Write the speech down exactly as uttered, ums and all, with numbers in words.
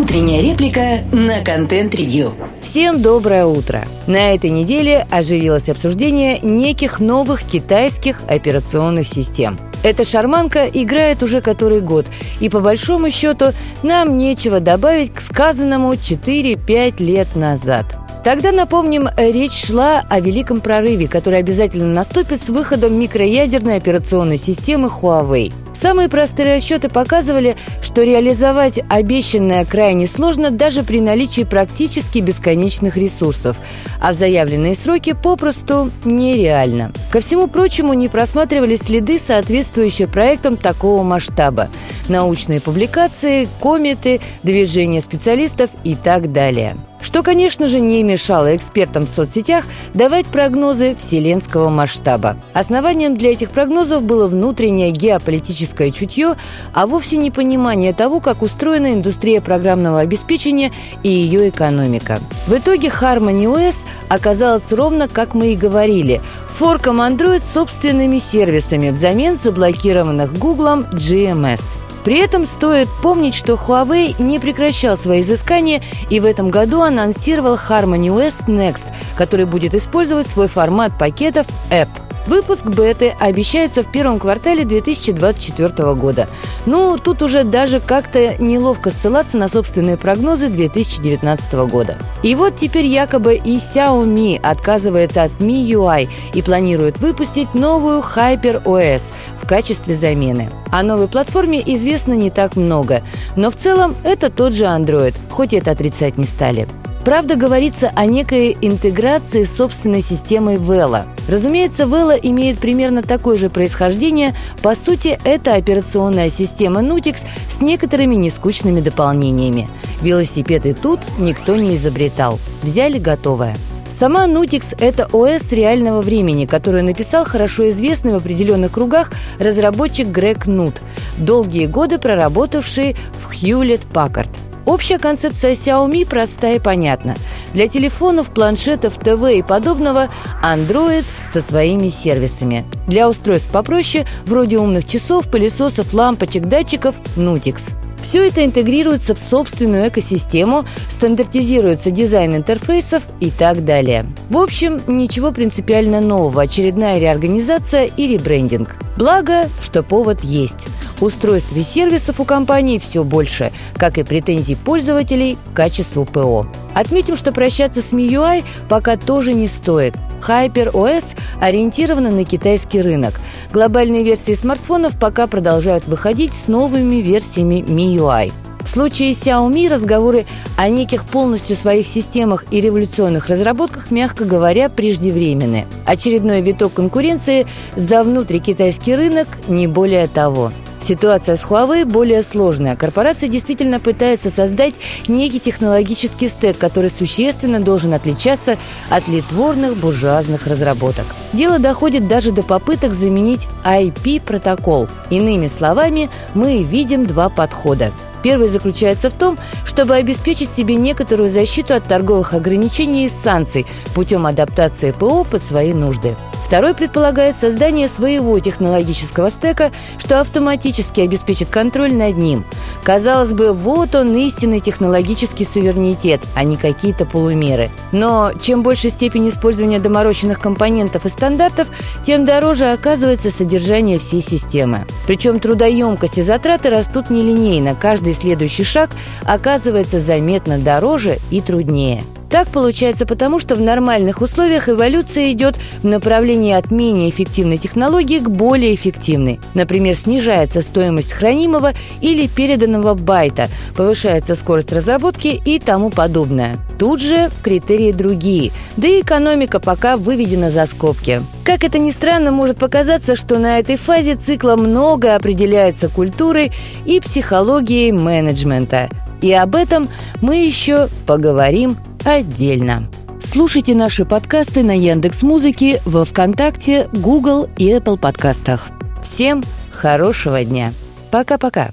Утренняя реплика на контент-ревью. Всем доброе утро! На этой неделе оживилось обсуждение неких новых китайских операционных систем. Эта шарманка играет уже который год, и по большому счету нам нечего добавить к сказанному четыре-пять лет назад. Тогда, напомним, речь шла о великом прорыве, который обязательно наступит с выходом микроядерной операционной системы Huawei. Самые простые расчеты показывали, что реализовать обещанное крайне сложно даже при наличии практически бесконечных ресурсов, а в заявленные сроки попросту нереально. Ко всему прочему, не просматривались следы, соответствующие проектам такого масштаба: научные публикации, комменты, движения специалистов и так далее. Что, конечно же, не мешало экспертам в соцсетях давать прогнозы вселенского масштаба. Основанием для этих прогнозов было внутреннее геополитическое чутье, а вовсе не понимание того, как устроена индустрия программного обеспечения и ее экономика. В итоге HarmonyOS оказалась ровно как мы и говорили – форком Android с собственными сервисами взамен заблокированных Гуглом джи эм эс. При этом стоит помнить, что Huawei не прекращал свои изыскания и в этом году анонсировал HarmonyOS Next, который будет использовать свой формат пакетов App. Выпуск беты обещается в первом квартале две тысячи двадцать четвёртого года. Ну, тут уже даже как-то неловко ссылаться на собственные прогнозы две тысячи девятнадцатого года. И вот теперь якобы и Xiaomi отказывается от эм ай ю ай и планирует выпустить новую HyperOS в качестве замены. О новой платформе известно не так много, но в целом это тот же Android, хоть это отрицать не стали. Правда, говорится о некой интеграции с собственной системой Vela. Разумеется, Vela имеет примерно такое же происхождение. По сути, это операционная система Nutix с некоторыми нескучными дополнениями. Велосипед и тут никто не изобретал. Взяли готовое. Сама Nutix – это о эс реального времени, которую написал хорошо известный в определенных кругах разработчик Грег Нут, долгие годы проработавший в Hewlett-Packard. Общая концепция Xiaomi проста и понятна. Для телефонов, планшетов, ТВ и подобного Android со своими сервисами. Для устройств попроще, вроде умных часов, пылесосов, лампочек, датчиков – Nutix. Все это интегрируется в собственную экосистему, стандартизируется дизайн интерфейсов и так далее. В общем, ничего принципиально нового, очередная реорганизация и ребрендинг. Благо, что повод есть. Устройств и сервисов у компании все больше, как и претензий пользователей к качеству ПО. Отметим, что прощаться с эм ай ю ай пока тоже не стоит. HyperOS ориентирована на китайский рынок. Глобальные версии смартфонов пока продолжают выходить с новыми версиями эм ай ю ай. В случае Xiaomi разговоры о неких полностью своих системах и революционных разработках, мягко говоря, преждевременны. Очередной виток конкуренции за внутрикитайский рынок, не более того. Ситуация с Huawei более сложная. Корпорация действительно пытается создать некий технологический стек, который существенно должен отличаться от литворных буржуазных разработок. Дело доходит даже до попыток заменить ай пи-протокол. Иными словами, мы видим два подхода. Первый заключается в том, чтобы обеспечить себе некоторую защиту от торговых ограничений и санкций путем адаптации ПО под свои нужды. Второй предполагает создание своего технологического стека, что автоматически обеспечит контроль над ним. Казалось бы, вот он истинный технологический суверенитет, а не какие-то полумеры. Но чем больше степень использования доморощенных компонентов и стандартов, тем дороже оказывается содержание всей системы. Причем трудоемкость и затраты растут нелинейно, каждый следующий шаг оказывается заметно дороже и труднее. Так получается потому, что в нормальных условиях эволюция идет в направлении от менее эффективной технологии к более эффективной. Например, снижается стоимость хранимого или переданного байта, повышается скорость разработки и тому подобное. Тут же критерии другие, да и экономика пока выведена за скобки. Как это ни странно, может показаться, что на этой фазе цикла многое определяется культурой и психологией менеджмента. И об этом мы еще поговорим отдельно. Слушайте наши подкасты на Яндекс.Музыке, во ВКонтакте, Google и Apple подкастах. Всем хорошего дня. Пока-пока.